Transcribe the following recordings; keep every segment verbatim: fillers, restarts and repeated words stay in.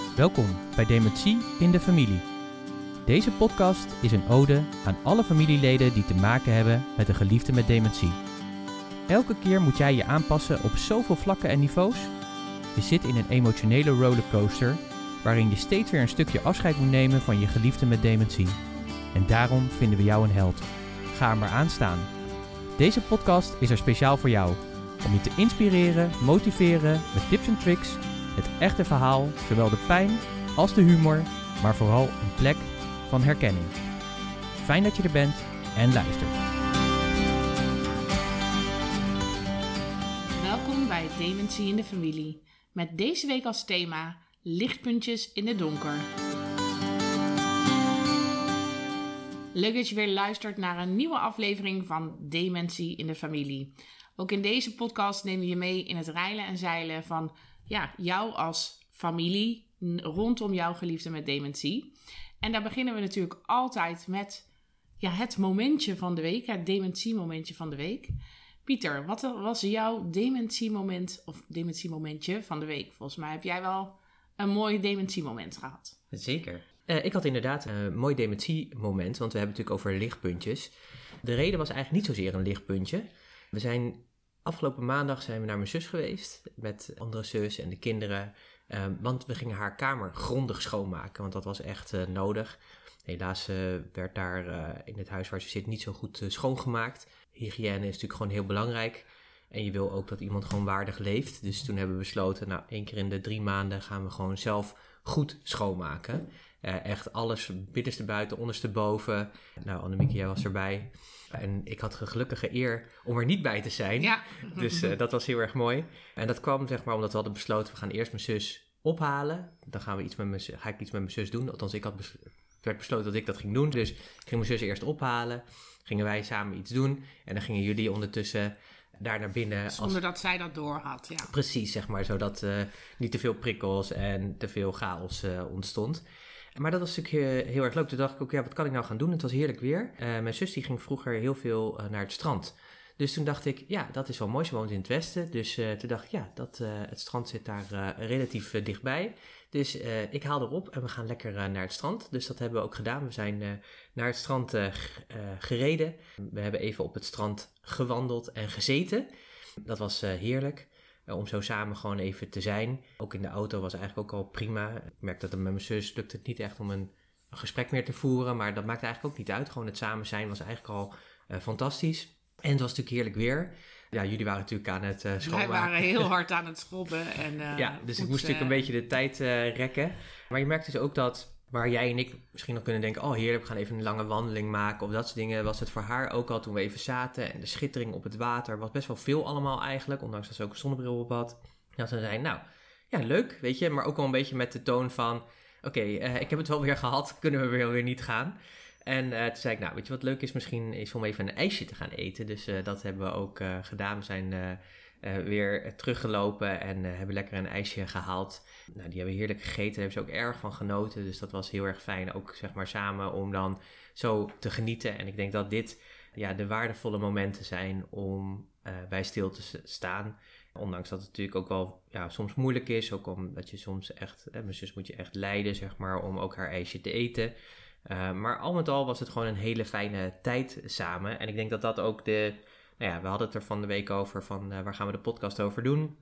Welkom bij Dementie in de Familie. Deze podcast is een ode aan alle familieleden die te maken hebben met een geliefde met dementie. Elke keer moet jij je aanpassen op zoveel vlakken en niveaus. Je zit in een emotionele rollercoaster waarin je steeds weer een stukje afscheid moet nemen van je geliefde met dementie. En daarom vinden we jou een held. Ga er maar aan staan. Deze podcast is er speciaal voor jou. Om je te inspireren, motiveren met tips en tricks, het echte verhaal, zowel de pijn als de humor, maar vooral een plek van herkenning. Fijn dat je er bent en luistert. Welkom bij Dementie in de Familie, met deze week als thema lichtpuntjes in het donker. Leuk dat je weer luistert naar een nieuwe aflevering van Dementie in de Familie. Ook in deze podcast nemen we je mee in het reilen en zeilen van ja, jou als familie rondom jouw geliefde met dementie. En daar beginnen we natuurlijk altijd met ja, het momentje van de week, het dementiemomentje van de week. Pieter, wat was jouw dementiemoment of dementiemomentje van de week? Volgens mij heb jij wel een mooi dementiemoment gehad. Zeker. Uh, ik had inderdaad een mooi dementiemoment, want we hebben het natuurlijk over lichtpuntjes. De reden was eigenlijk niet zozeer een lichtpuntje. We zijn afgelopen maandag zijn we naar mijn zus geweest met andere zus en de kinderen. Uh, want we gingen haar kamer grondig schoonmaken, want dat was echt uh, nodig. Helaas uh, werd daar uh, in het huis waar ze zit niet zo goed uh, schoongemaakt. Hygiëne is natuurlijk gewoon heel belangrijk. En je wil ook dat iemand gewoon waardig leeft. Dus toen hebben we besloten, nou één keer in de drie maanden gaan we gewoon zelf goed schoonmaken. Uh, echt alles, binnenste buiten, onderste boven. Nou, Annemieke, jij was erbij. En ik had de gelukkige eer om er niet bij te zijn. Ja. Dus uh, dat was heel erg mooi. En dat kwam zeg maar omdat we hadden besloten, we gaan eerst mijn zus ophalen. Dan gaan we iets met mijn, ga ik iets met mijn zus doen. Althans, ik had bes- het werd besloten dat ik dat ging doen. Dus ik ging mijn zus eerst ophalen. Gingen wij samen iets doen. En dan gingen jullie ondertussen daar naar binnen. Zonder als... dat zij dat doorhad, ja. Precies, zeg maar. Zodat uh, niet te veel prikkels en te veel chaos uh, ontstond. Maar dat was natuurlijk heel erg leuk. Toen dacht ik ook, ja, wat kan ik nou gaan doen? Het was heerlijk weer. Uh, mijn zus die ging vroeger heel veel uh, naar het strand. Dus toen dacht ik, ja, dat is wel mooi. Ze woont in het westen. Dus uh, toen dacht ik, ja, dat, uh, het strand zit daar uh, relatief uh, dichtbij. Dus uh, ik haal erop en we gaan lekker uh, naar het strand. Dus dat hebben we ook gedaan. We zijn uh, naar het strand uh, g- uh, gereden. We hebben even op het strand gewandeld en gezeten. Dat was uh, heerlijk. Om zo samen gewoon even te zijn. Ook in de auto was eigenlijk ook al prima. Ik merkte dat met mijn zus lukte het niet echt om een, een gesprek meer te voeren. Maar dat maakte eigenlijk ook niet uit. Gewoon het samen zijn was eigenlijk al uh, fantastisch. En het was natuurlijk heerlijk weer. Ja, jullie waren natuurlijk aan het uh, schoonmaken. Wij waren heel hard aan het schrobben. En, uh, ja, dus goed, ik moest natuurlijk uh, een beetje de tijd uh, rekken. Maar je merkt dus ook dat waar jij en ik misschien nog kunnen denken, oh heerlijk, we gaan even een lange wandeling maken of dat soort dingen, was het voor haar ook al toen we even zaten en de schittering op het water was best wel veel allemaal eigenlijk, ondanks dat ze ook een zonnebril op had. Dat ze zei, nou, ja leuk, weet je, maar ook wel een beetje met de toon van, oké, okay, uh, ik heb het wel weer gehad, kunnen we weer, weer niet gaan. En uh, toen zei ik, nou, weet je wat leuk is misschien, is om even een ijsje te gaan eten. Dus uh, dat hebben we ook uh, gedaan. We zijn uh, uh, weer teruggelopen en uh, hebben lekker een ijsje gehaald. Nou, die hebben we heerlijk gegeten, daar hebben ze ook erg van genoten. Dus dat was heel erg fijn, ook zeg maar samen om dan zo te genieten. En ik denk dat dit ja, de waardevolle momenten zijn om uh, bij stil te staan. Ondanks dat het natuurlijk ook wel ja, soms moeilijk is. Ook omdat je soms echt, hè, mijn zus moet je echt leiden zeg maar, om ook haar ijsje te eten. Uh, maar al met al was het gewoon een hele fijne tijd samen. En ik denk dat dat ook de... Nou ja, we hadden het er van de week over van uh, waar gaan we de podcast over doen.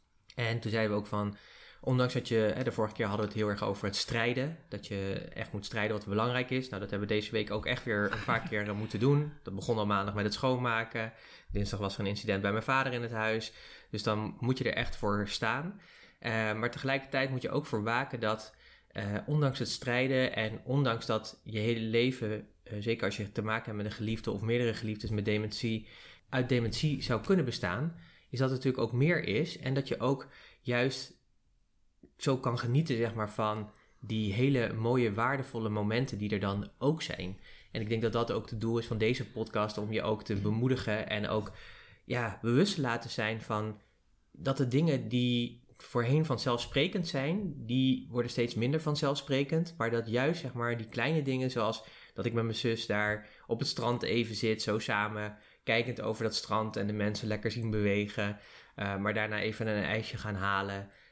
En toen zeiden we ook van... Ondanks dat je... Hè, de vorige keer hadden we het heel erg over het strijden. Dat je echt moet strijden wat belangrijk is. Nou, dat hebben we deze week ook echt weer een paar keer moeten doen. Dat begon al maandag met het schoonmaken. Dinsdag was er een incident bij mijn vader in het huis. Dus dan moet je er echt voor staan. Uh, maar tegelijkertijd moet je ook voor waken dat... Uh, ondanks het strijden en ondanks dat je hele leven, uh, zeker als je te maken hebt met een geliefde of meerdere geliefdes met dementie, uit dementie zou kunnen bestaan, is dat het natuurlijk ook meer is en dat je ook juist zo kan genieten zeg maar, van die hele mooie, waardevolle momenten die er dan ook zijn. En ik denk dat dat ook het doel is van deze podcast, om je ook te bemoedigen en ook ja, bewust te laten zijn van dat de dingen die voorheen vanzelfsprekend zijn, die worden steeds minder vanzelfsprekend. Maar dat juist, zeg maar, die kleine dingen zoals dat ik met mijn zus daar op het strand even zit, zo samen, kijkend over dat strand en de mensen lekker zien bewegen. Uh, maar daarna even een ijsje gaan halen.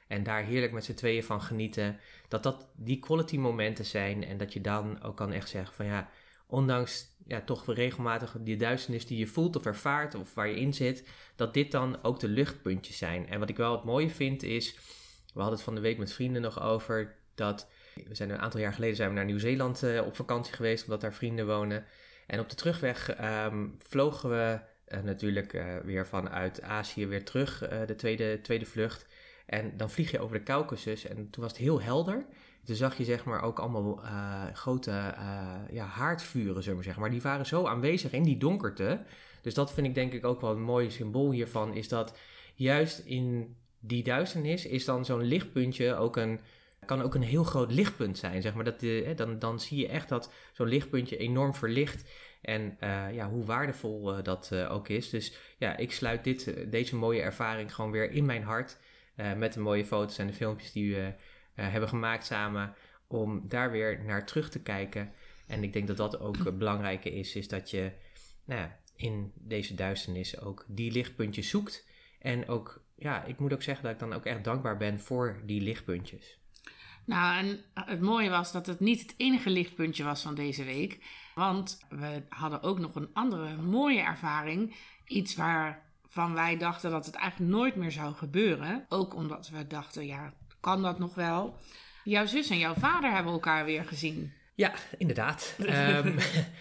En daar heerlijk met z'n tweeën van genieten. Dat dat die quality momenten zijn. En dat je dan ook kan echt zeggen van ja, ondanks ja, toch regelmatig die duisternis die je voelt of ervaart of waar je in zit, dat dit dan ook de luchtpuntjes zijn. En wat ik wel het mooie vind is, we hadden het van de week met vrienden nog over, dat we zijn een aantal jaar geleden zijn we naar Nieuw-Zeeland uh, op vakantie geweest, omdat daar vrienden wonen. En op de terugweg um, vlogen we uh, natuurlijk uh, weer vanuit Azië weer terug, uh, de tweede, tweede vlucht. En dan vlieg je over de Caucasus en toen was het heel helder. Toen zag je zeg maar ook allemaal uh, grote uh, ja, haardvuren, zullen we maar zeggen. Maar die waren zo aanwezig in die donkerte. Dus dat vind ik denk ik ook wel een mooi symbool hiervan. Is dat juist in die duisternis is dan zo'n lichtpuntje ook een, kan ook een heel groot lichtpunt zijn. Zeg maar. Dat de, hè, dan, dan zie je echt dat zo'n lichtpuntje enorm verlicht. En uh, ja, hoe waardevol uh, dat uh, ook is. Dus ja, ik sluit dit, uh, deze mooie ervaring gewoon weer in mijn hart. Uh, met de mooie foto's en de filmpjes die we uh, hebben gemaakt samen. Om daar weer naar terug te kijken. En ik denk dat dat ook uh, belangrijker is. Is dat je nou ja, in deze duisternis ook die lichtpuntjes zoekt. En ook, ja, ik moet ook zeggen dat ik dan ook echt dankbaar ben voor die lichtpuntjes. Nou, en het mooie was dat het niet het enige lichtpuntje was van deze week. Want we hadden ook nog een andere mooie ervaring. Iets waarvan wij dachten dat het eigenlijk nooit meer zou gebeuren. Ook omdat we dachten, ja, kan dat nog wel? Jouw zus en jouw vader hebben elkaar weer gezien. Ja, inderdaad. um,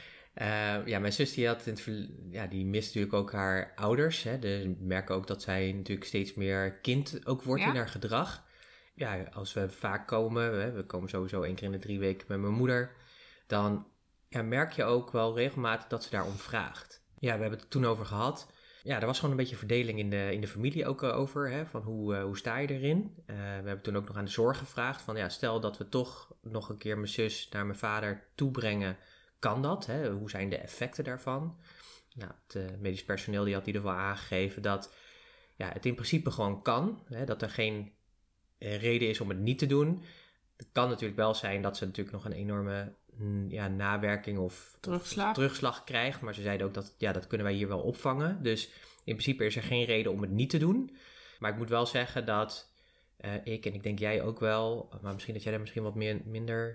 uh, ja, mijn zus die had in het ver- ja, die mist natuurlijk ook haar ouders. Hè. Dus we merken ook dat zij natuurlijk steeds meer kind ook wordt Ja. in haar gedrag. Ja, als we vaak komen, hè, we komen sowieso één keer in de drie weken met mijn moeder, dan ja, merk je ook wel regelmatig dat ze daarom vraagt. Ja, we hebben het er toen over gehad. Ja, er was gewoon een beetje verdeling in de, in de familie ook uh, over, hè, van hoe, uh, hoe sta je erin? Uh, we hebben toen ook nog aan de zorg gevraagd van, ja, stel dat we toch nog een keer mijn zus naar mijn vader toebrengen, kan dat? Hè? Hoe zijn de effecten daarvan? Nou, het uh, medisch personeel die had in ieder geval aangegeven dat ja, het in principe gewoon kan, hè, dat er geen uh, reden is om het niet te doen. Het kan natuurlijk wel zijn dat ze natuurlijk nog een enorme ja, nawerking of Terugslag. of terugslag krijgt. Maar ze zeiden ook dat ja, dat kunnen wij hier wel opvangen. Dus in principe is er geen reden om het niet te doen. Maar ik moet wel zeggen dat uh, ik en ik denk jij ook wel, maar misschien dat jij er misschien wat meer, minder,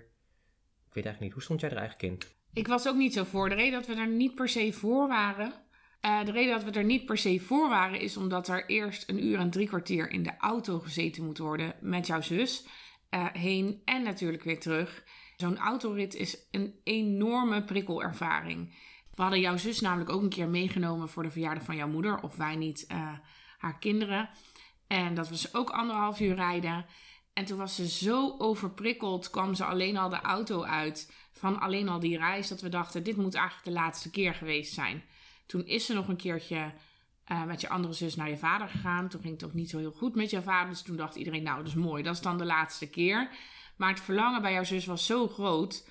ik weet eigenlijk niet, hoe stond jij er eigenlijk in? Ik was ook niet zo voor. De reden dat we er niet per se voor waren. Uh, de reden dat we er niet per se voor waren is omdat er eerst een uur en drie kwartier in de auto gezeten moet worden met jouw zus. Uh, heen en natuurlijk weer terug. Zo'n autorit is een enorme prikkelervaring. We hadden jouw zus namelijk ook een keer meegenomen voor de verjaardag van jouw moeder. Of wij niet, uh, haar kinderen. En dat was ook anderhalf uur rijden. En toen was ze zo overprikkeld, kwam ze alleen al de auto uit van alleen al die reis, dat we dachten, dit moet eigenlijk de laatste keer geweest zijn. Toen is ze nog een keertje uh, met je andere zus naar je vader gegaan. Toen ging het ook niet zo heel goed met jouw vader. Dus toen dacht iedereen, nou, dat is mooi, dat is dan de laatste keer. Maar het verlangen bij jouw zus was zo groot.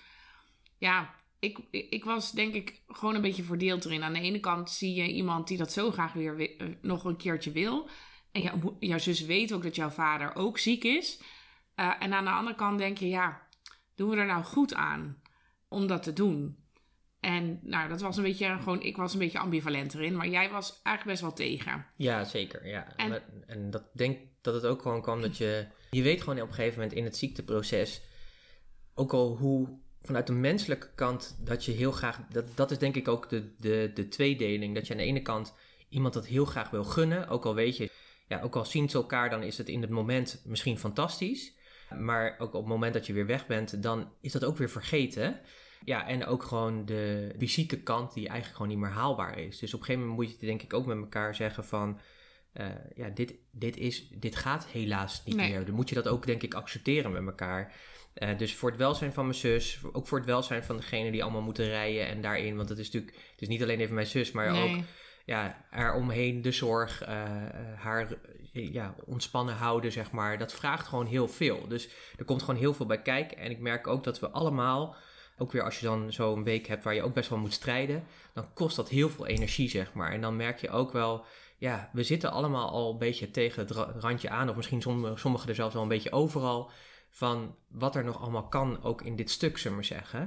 Ja, ik, ik was denk ik gewoon een beetje verdeeld erin. Aan de ene kant zie je iemand die dat zo graag weer uh, nog een keertje wil. En jou, jouw zus weet ook dat jouw vader ook ziek is. Uh, en aan de andere kant denk je, ja, doen we er nou goed aan om dat te doen? En nou, dat was een beetje gewoon, ik was een beetje ambivalent erin, maar jij was eigenlijk best wel tegen. Ja, zeker. Ja. En, en, en dat denk dat het ook gewoon kwam dat je, je weet gewoon op een gegeven moment in het ziekteproces, ook al hoe vanuit de menselijke kant, dat je heel graag, dat, dat is denk ik ook de, de, de tweedeling, dat je aan de ene kant iemand dat heel graag wil gunnen, ook al weet je, ja, ook al zien ze elkaar, dan is het in het moment misschien fantastisch. Maar ook op het moment dat je weer weg bent, dan is dat ook weer vergeten. Ja, en ook gewoon de fysieke kant die eigenlijk gewoon niet meer haalbaar is. Dus op een gegeven moment moet je denk ik ook met elkaar zeggen van, uh, ja, dit, dit, is, dit gaat helaas niet nee. meer. Dan moet je dat ook denk ik accepteren met elkaar. Uh, dus voor het welzijn van mijn zus, ook voor het welzijn van degene die allemaal moeten rijden en daarin. Want het is natuurlijk, het is niet alleen even mijn zus, maar nee. ook ja, haar omheen, de zorg, uh, haar ja, ontspannen houden, zeg maar. Dat vraagt gewoon heel veel. Dus er komt gewoon heel veel bij kijken. En ik merk ook dat we allemaal, ook weer als je dan zo'n week hebt waar je ook best wel moet strijden, dan kost dat heel veel energie, zeg maar. En dan merk je ook wel, ja, we zitten allemaal al een beetje tegen het randje aan, of misschien sommigen er zelfs wel een beetje overal, van wat er nog allemaal kan, ook in dit stuk, zullen we maar zeggen.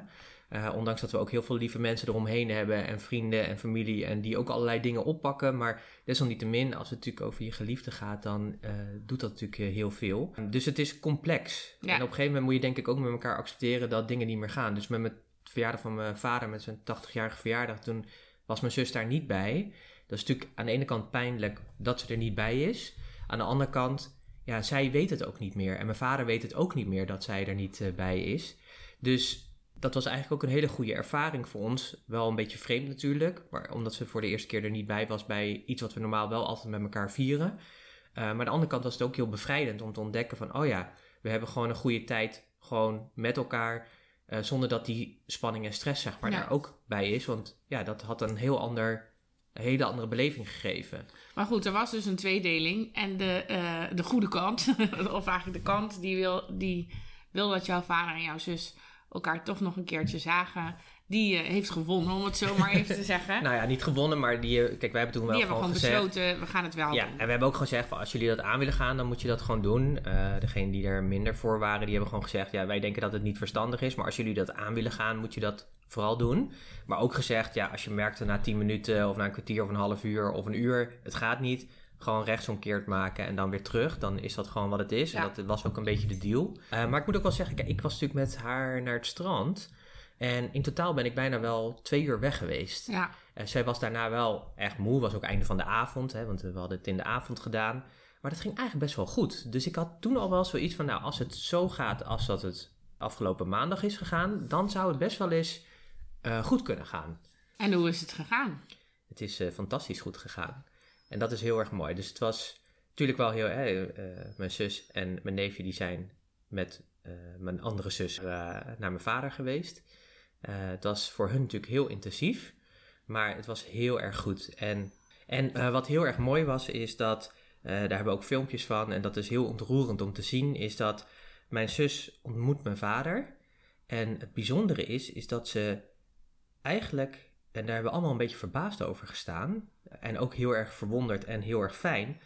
Uh, ondanks dat we ook heel veel lieve mensen eromheen hebben en vrienden en familie en die ook allerlei dingen oppakken. Maar desalniettemin, als het natuurlijk over je geliefde gaat, dan uh, doet dat natuurlijk uh, heel veel. Dus het is complex. Ja. En op een gegeven moment moet je denk ik ook met elkaar accepteren dat dingen niet meer gaan. Dus met mijn verjaardag van mijn vader, met zijn tachtigjarige verjaardag, toen was mijn zus daar niet bij. Dat is natuurlijk aan de ene kant pijnlijk dat ze er niet bij is. Aan de andere kant, ja, zij weet het ook niet meer. En mijn vader weet het ook niet meer dat zij er niet uh, bij is. Dus dat was eigenlijk ook een hele goede ervaring voor ons. Wel een beetje vreemd natuurlijk, maar omdat ze voor de eerste keer er niet bij was bij iets wat we normaal wel altijd met elkaar vieren. Uh, maar aan de andere kant was het ook heel bevrijdend om te ontdekken van, oh ja, we hebben gewoon een goede tijd gewoon met elkaar, uh, zonder dat die spanning en stress zeg maar ja. daar ook bij is. Want ja, dat had een heel ander, een hele andere beleving gegeven. Maar goed, er was dus een tweedeling en de, uh, de goede kant, of eigenlijk de kant die wil, die wil dat jouw vader en jouw zus elkaar toch nog een keertje zagen, die uh, heeft gewonnen, om het zo maar even te zeggen. Nou ja, niet gewonnen, maar die, kijk, wij hebben toen wel die gewoon gezegd. Die hebben gewoon besloten, we gaan het wel ja, doen. En we hebben ook gewoon gezegd, van, als jullie dat aan willen gaan, dan moet je dat gewoon doen. Uh, degenen die er minder voor waren, die hebben gewoon gezegd, ja, wij denken dat het niet verstandig is, maar als jullie dat aan willen gaan, moet je dat vooral doen. Maar ook gezegd, ja, als je merkte na tien minuten of na een kwartier of een half uur of een uur, het gaat niet, gewoon rechtsomkeerd maken en dan weer terug. Dan is dat gewoon wat het is. Ja. En dat was ook een beetje de deal. Uh, maar ik moet ook wel zeggen, kijk, ik was natuurlijk met haar naar het strand. En in totaal ben ik bijna wel twee uur weg geweest. Ja. Uh, zij was daarna wel echt moe. Was ook einde van de avond, hè, want we hadden het in de avond gedaan. Maar dat ging eigenlijk best wel goed. Dus ik had toen al wel zoiets van, nou, als het zo gaat als dat het afgelopen maandag is gegaan, dan zou het best wel eens uh, goed kunnen gaan. En hoe is het gegaan? Het is uh, fantastisch goed gegaan. En dat is heel erg mooi. Dus het was natuurlijk wel heel... Hè, uh, mijn zus en mijn neefje die zijn met uh, mijn andere zus uh, naar mijn vader geweest. Uh, het was voor hun natuurlijk heel intensief. Maar het was heel erg goed. En, en uh, wat heel erg mooi was, is dat... Uh, daar hebben we ook filmpjes van. En dat is heel ontroerend om te zien. Is dat mijn zus ontmoet mijn vader. En het bijzondere is, is dat ze eigenlijk... En daar hebben we allemaal een beetje verbaasd over gestaan. En ook heel erg verwonderd en heel erg fijn.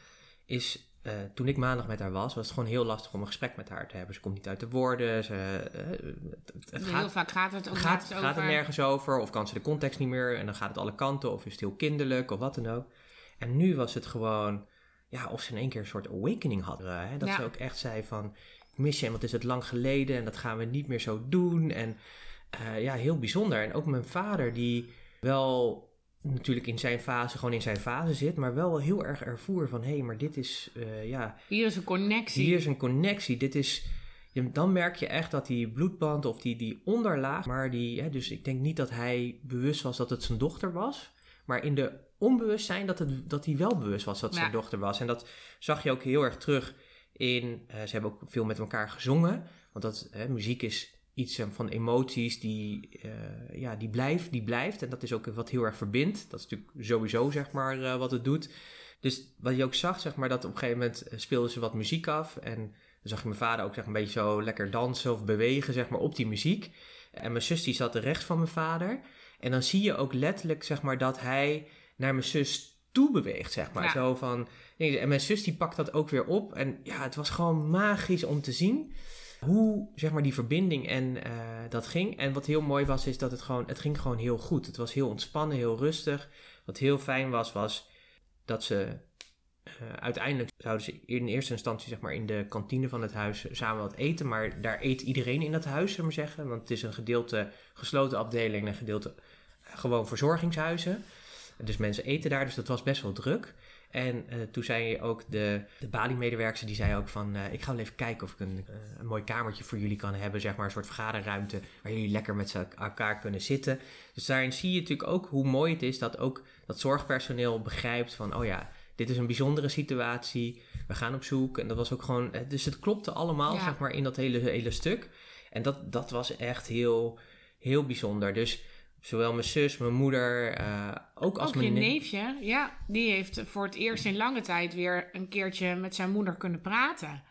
Is uh, toen ik maandag met haar was, was het gewoon heel lastig om een gesprek met haar te hebben. Ze komt niet uit de woorden. Ze, uh, het, het heel gaat, vaak gaat het ook gaat, nergens gaat over. het nergens over. Of kan ze de context niet meer. En dan gaat het alle kanten. Of is het heel kinderlijk. Of wat dan ook. En nu was het gewoon... Ja, of ze in één keer een soort awakening hadden. Hè? Dat ja. ze ook echt zei van... Ik mis je, want het is het lang geleden. En dat gaan we niet meer zo doen. En uh, ja, heel bijzonder. En ook mijn vader die... wel natuurlijk in zijn fase, gewoon in zijn fase zit, maar wel heel erg ervoer van, hé, hey, maar dit is, uh, ja... Hier is een connectie. Hier is een connectie, dit is... Ja, dan merk je echt dat die bloedband of die, die onderlaag, maar die... Hè, dus ik denk niet dat hij bewust was dat het zijn dochter was, maar in de onbewustzijn dat, het, dat hij wel bewust was dat het ja. zijn dochter was. En dat zag je ook heel erg terug in... Uh, ze hebben ook veel met elkaar gezongen, want dat, hè, muziek is... iets van emoties die, uh, ja, die, blijft, die blijft. En dat is ook wat heel erg verbindt. Dat is natuurlijk sowieso, zeg maar, uh, wat het doet. Dus wat je ook zag, zeg maar, dat op een gegeven moment speelden ze wat muziek af. En dan zag je mijn vader ook zeg, een beetje zo lekker dansen of bewegen, zeg maar, op die muziek. En mijn zus die zat rechts van mijn vader. En dan zie je ook letterlijk, zeg maar, dat hij naar mijn zus toe beweegt, zeg maar. Ja. Zo van, en mijn zus die pakt dat ook weer op. En ja, het was gewoon magisch om te zien... hoe, zeg maar, die verbinding en uh, dat ging. En wat heel mooi was, is dat het gewoon... Het ging gewoon heel goed. Het was heel ontspannen, heel rustig. Wat heel fijn was, was dat ze... Uh, uiteindelijk zouden ze in eerste instantie, zeg maar, in de kantine van het huis samen wat eten. Maar daar eet iedereen in dat huis, zullen we maar zeggen. Want het is een gedeelte gesloten afdeling en een gedeelte uh, gewoon verzorgingshuizen. Dus mensen eten daar, dus dat was best wel druk. En uh, toen zei ook de, de Bali-medewerker, die zei ook van... Uh, ik ga wel even kijken of ik een, uh, een mooi kamertje voor jullie kan hebben. Zeg maar een soort vergaderruimte waar jullie lekker met elkaar kunnen zitten. Dus daarin zie je natuurlijk ook hoe mooi het is dat ook dat zorgpersoneel begrijpt van... oh ja, dit is een bijzondere situatie, we gaan op zoek. En dat was ook gewoon... Dus het klopte allemaal, ja. zeg maar, in dat hele, hele stuk. En dat, dat was echt heel, heel bijzonder. Dus... Zowel mijn zus, mijn moeder, uh, ook als ook mijn... Ook je neefje, ja, die heeft voor het eerst in lange tijd weer een keertje met zijn moeder kunnen praten.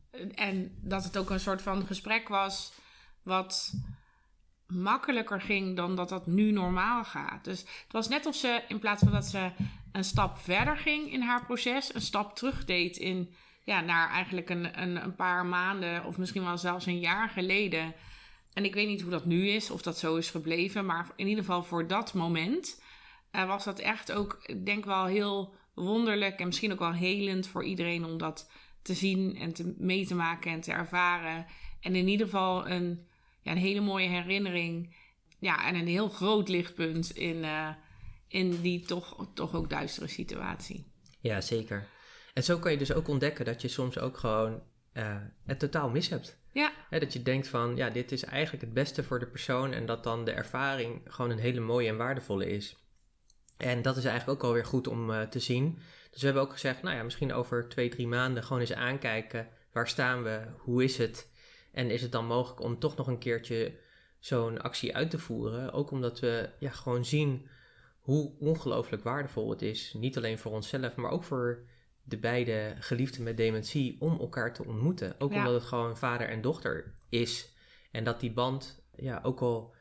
En dat het ook een soort van gesprek was wat makkelijker ging dan dat dat nu normaal gaat. Dus het was net of ze, in plaats van dat ze een stap verder ging in haar proces, een stap terug deed in, ja, naar eigenlijk een, een, een paar maanden of misschien wel zelfs een jaar geleden... En ik weet niet hoe dat nu is, of dat zo is gebleven. Maar in ieder geval voor dat moment uh, was dat echt ook, ik denk wel heel wonderlijk. En misschien ook wel helend voor iedereen om dat te zien en te, mee te maken en te ervaren. En in ieder geval een, ja, een hele mooie herinnering. Ja, en een heel groot lichtpunt in, uh, in die toch, toch ook duistere situatie. Ja, zeker. En zo kan je dus ook ontdekken dat je soms ook gewoon uh, het totaal mis hebt. Ja. He, dat je denkt van, ja, dit is eigenlijk het beste voor de persoon en dat dan de ervaring gewoon een hele mooie en waardevolle is. En dat is eigenlijk ook alweer goed om uh, te zien. Dus we hebben ook gezegd, nou ja, misschien over twee, drie maanden gewoon eens aankijken. Waar staan we? Hoe is het? En is het dan mogelijk om toch nog een keertje zo'n actie uit te voeren? Ook omdat we ja, gewoon zien hoe ongelooflijk waardevol het is. Niet alleen voor onszelf, maar ook voor de beide geliefden met dementie om elkaar te ontmoeten. Ook ja. omdat het gewoon vader en dochter is. En dat die band, ja, ook al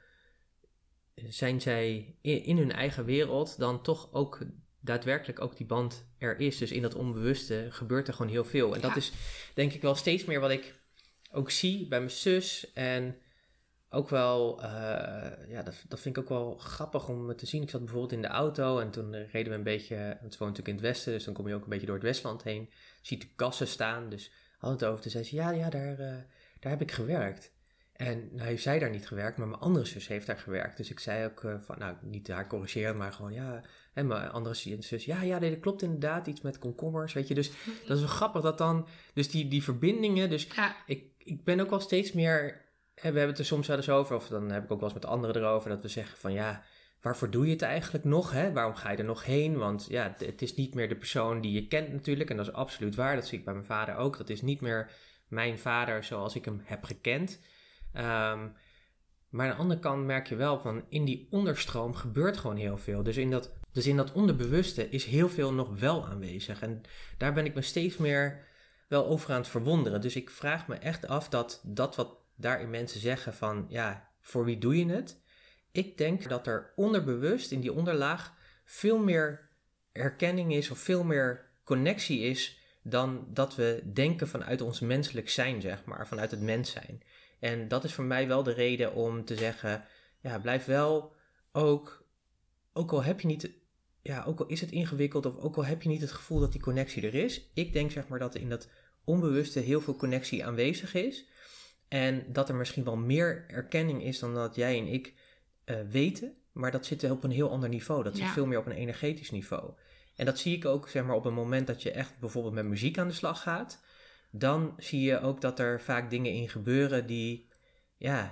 zijn zij in, in hun eigen wereld, dan toch ook daadwerkelijk ook die band er is. Dus in dat onbewuste gebeurt er gewoon heel veel. En dat ja. is denk ik wel steeds meer wat ik ook zie bij mijn zus. En ook wel, uh, ja, dat, dat vind ik ook wel grappig om te zien. Ik zat bijvoorbeeld in de auto en toen reden we een beetje, het woont natuurlijk in het westen, dus dan kom je ook een beetje door het Westland heen. Ziet de kassen staan, dus hadden het over. Toen zei ze, ja, ja, daar, uh, daar heb ik gewerkt. En nou heeft zij daar niet gewerkt, maar mijn andere zus heeft daar gewerkt. Dus ik zei ook, uh, van, nou, niet haar corrigeren, maar gewoon, ja, en mijn andere zus, ja, ja, nee, dat klopt inderdaad, iets met komkommers, weet je. Dus dat is wel grappig dat dan, dus die, die verbindingen, dus ja. ik, ik ben ook wel steeds meer. En we hebben het er soms wel eens over, of dan heb ik ook wel eens met anderen erover, dat we zeggen van ja, waarvoor doe je het eigenlijk nog? Hè? Waarom ga je er nog heen? Want ja, het is niet meer de persoon die je kent natuurlijk. En dat is absoluut waar, dat zie ik bij mijn vader ook. Dat is niet meer mijn vader zoals ik hem heb gekend. Um, maar aan de andere kant merk je wel van in die onderstroom gebeurt gewoon heel veel. Dus in dat, dus in dat onderbewuste is heel veel nog wel aanwezig. En daar ben ik me steeds meer wel over aan het verwonderen. Dus ik vraag me echt af dat dat wat daarin mensen zeggen van, ja, voor wie doe je het? Ik denk dat er onderbewust in die onderlaag veel meer erkenning is of veel meer connectie is dan dat we denken vanuit ons menselijk zijn, zeg maar, vanuit het mens zijn. En dat is voor mij wel de reden om te zeggen, ja, blijf wel ook, ook al heb je niet, ja, ook al is het ingewikkeld of ook al heb je niet het gevoel dat die connectie er is. Ik denk, zeg maar, dat er in dat onbewuste heel veel connectie aanwezig is. En dat er misschien wel meer erkenning is dan dat jij en ik uh, weten. Maar dat zit op een heel ander niveau. Dat zit ja. veel meer op een energetisch niveau. En dat zie ik ook, zeg maar, op een moment dat je echt bijvoorbeeld met muziek aan de slag gaat. Dan zie je ook dat er vaak dingen in gebeuren die, ja,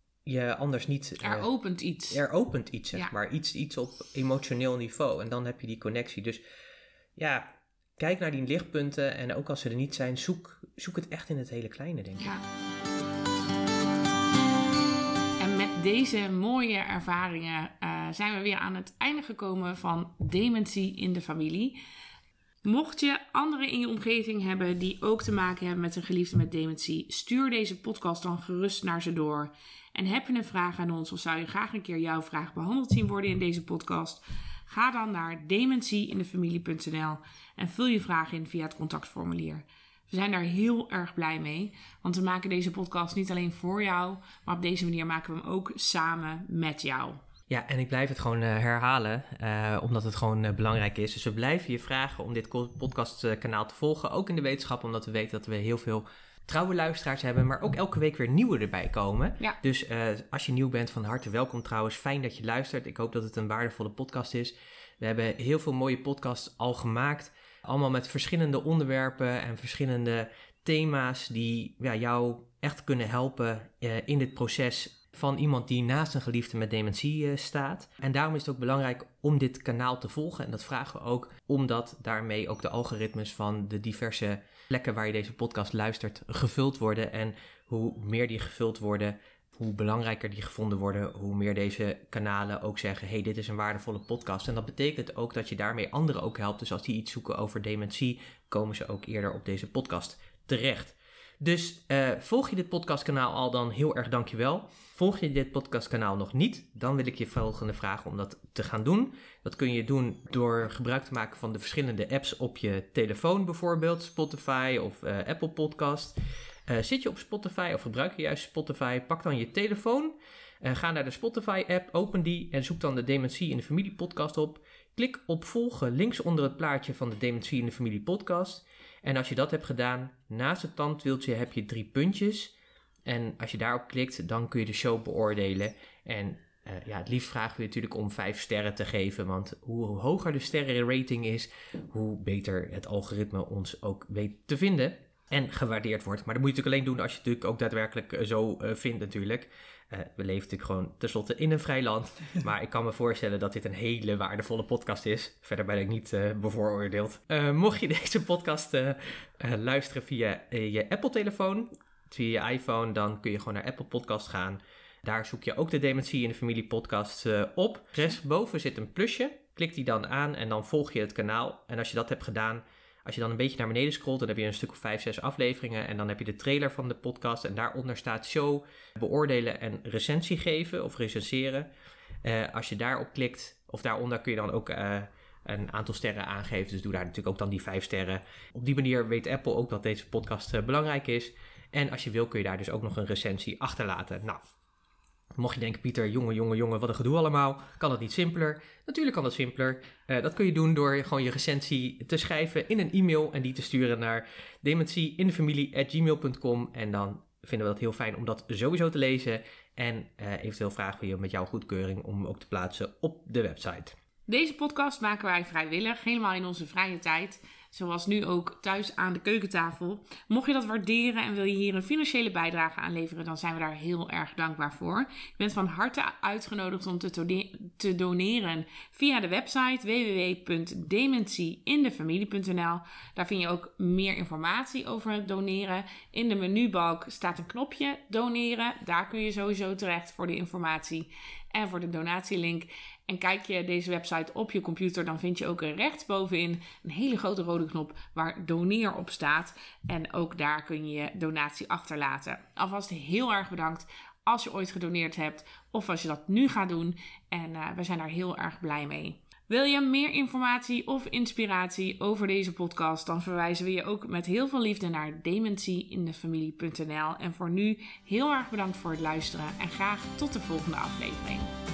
je anders niet. Uh, er opent iets. Er opent iets, zeg ja. maar. Iets, iets op emotioneel niveau. En dan heb je die connectie. Dus ja, kijk naar die lichtpunten. En ook als ze er niet zijn, zoek, zoek het echt in het hele kleine, denk ik. Ja. Deze mooie ervaringen uh, zijn we weer aan het einde gekomen van Dementie in de Familie. Mocht je anderen in je omgeving hebben die ook te maken hebben met een geliefde met dementie, stuur deze podcast dan gerust naar ze door. En heb je een vraag aan ons of zou je graag een keer jouw vraag behandeld zien worden in deze podcast? Ga dan naar dementie in de familie punt n l en vul je vraag in via het contactformulier. We zijn daar heel erg blij mee, want we maken deze podcast niet alleen voor jou, maar op deze manier maken we hem ook samen met jou. Ja, en ik blijf het gewoon uh, herhalen, uh, omdat het gewoon uh, belangrijk is. Dus we blijven je vragen om dit podcastkanaal te volgen, ook in de wetenschap, omdat we weten dat we heel veel trouwe luisteraars hebben, maar ook elke week weer nieuwe erbij komen. Ja. Dus uh, als je nieuw bent, van harte welkom trouwens. Fijn dat je luistert. Ik hoop dat het een waardevolle podcast is. We hebben heel veel mooie podcasts al gemaakt. Allemaal met verschillende onderwerpen en verschillende thema's die ja, jou echt kunnen helpen uh, in dit proces van iemand die naast een geliefde met dementie uh, staat. En daarom is het ook belangrijk om dit kanaal te volgen. En dat vragen we ook omdat daarmee ook de algoritmes van de diverse plekken waar je deze podcast luistert gevuld worden. En hoe meer die gevuld worden, hoe belangrijker die gevonden worden, hoe meer deze kanalen ook zeggen, hey, dit is een waardevolle podcast. En dat betekent ook dat je daarmee anderen ook helpt. Dus als die iets zoeken over dementie, komen ze ook eerder op deze podcast terecht. Dus uh, volg je dit podcastkanaal al, dan heel erg dankjewel. Volg je dit podcastkanaal nog niet, dan wil ik je volgende vragen om dat te gaan doen. Dat kun je doen door gebruik te maken van de verschillende apps op je telefoon bijvoorbeeld, Spotify of uh, Apple Podcast. Uh, zit je op Spotify of gebruik je juist Spotify, pak dan je telefoon, uh, ga naar de Spotify-app, open die en zoek dan de Dementie in de Familie podcast op. Klik op volgen links onder het plaatje van de Dementie in de Familie podcast. En als je dat hebt gedaan, naast het tandwieltje heb je drie puntjes. En als je daarop klikt, dan kun je de show beoordelen. En uh, ja, het liefst vragen we je natuurlijk om vijf sterren te geven. Want hoe hoger de sterrenrating is, hoe beter het algoritme ons ook weet te vinden. En gewaardeerd wordt. Maar dat moet je natuurlijk alleen doen als je het natuurlijk ook daadwerkelijk uh, zo uh, vindt natuurlijk. Uh, we leven natuurlijk gewoon tenslotte in een vrij land. Maar ik kan me voorstellen dat dit een hele waardevolle podcast is. Verder ben ik niet uh, bevooroordeeld. Uh, mocht je deze podcast uh, uh, luisteren via uh, je Apple-telefoon, via je iPhone, dan kun je gewoon naar Apple Podcast gaan. Daar zoek je ook de Dementie in de Familie podcast uh, op. Rechtsboven zit een plusje. Klik die dan aan en dan volg je het kanaal. En als je dat hebt gedaan, als je dan een beetje naar beneden scrolt, dan heb je een stuk of vijf, zes afleveringen. En dan heb je de trailer van de podcast. En daaronder staat show, beoordelen en recensie geven of recenseren. Uh, als je daarop klikt, of daaronder kun je dan ook uh, een aantal sterren aangeven. Dus doe daar natuurlijk ook dan die vijf sterren. Op die manier weet Apple ook dat deze podcast uh, belangrijk is. En als je wil kun je daar dus ook nog een recensie achterlaten. Nou, mocht je denken, Pieter, jongen, jongen, jongen, wat een gedoe allemaal. Kan het niet simpeler? Natuurlijk kan het simpeler. Uh, dat kun je doen door gewoon je recensie te schrijven in een e-mail en die te sturen naar dementieinfamilie at gmail dot com. En dan vinden we dat heel fijn om dat sowieso te lezen. En uh, eventueel vragen we je met jouw goedkeuring om ook te plaatsen op de website. Deze podcast maken wij vrijwillig, helemaal in onze vrije tijd. Zoals nu ook thuis aan de keukentafel. Mocht je dat waarderen en wil je hier een financiële bijdrage aan leveren, dan zijn we daar heel erg dankbaar voor. Je bent van harte uitgenodigd om te, tode- te doneren via de website w w w punt dementieindefamilie punt n l. Daar vind je ook meer informatie over het doneren. In de menubalk staat een knopje doneren. Daar kun je sowieso terecht voor de informatie en voor de donatielink. En kijk je deze website op je computer, dan vind je ook rechtsbovenin een hele grote rode knop waar doneer op staat. En ook daar kun je je donatie achterlaten. Alvast heel erg bedankt als je ooit gedoneerd hebt of als je dat nu gaat doen. En uh, we zijn daar heel erg blij mee. Wil je meer informatie of inspiratie over deze podcast, dan verwijzen we je ook met heel veel liefde naar dementieinfamilie punt n l. En voor nu heel erg bedankt voor het luisteren en graag tot de volgende aflevering.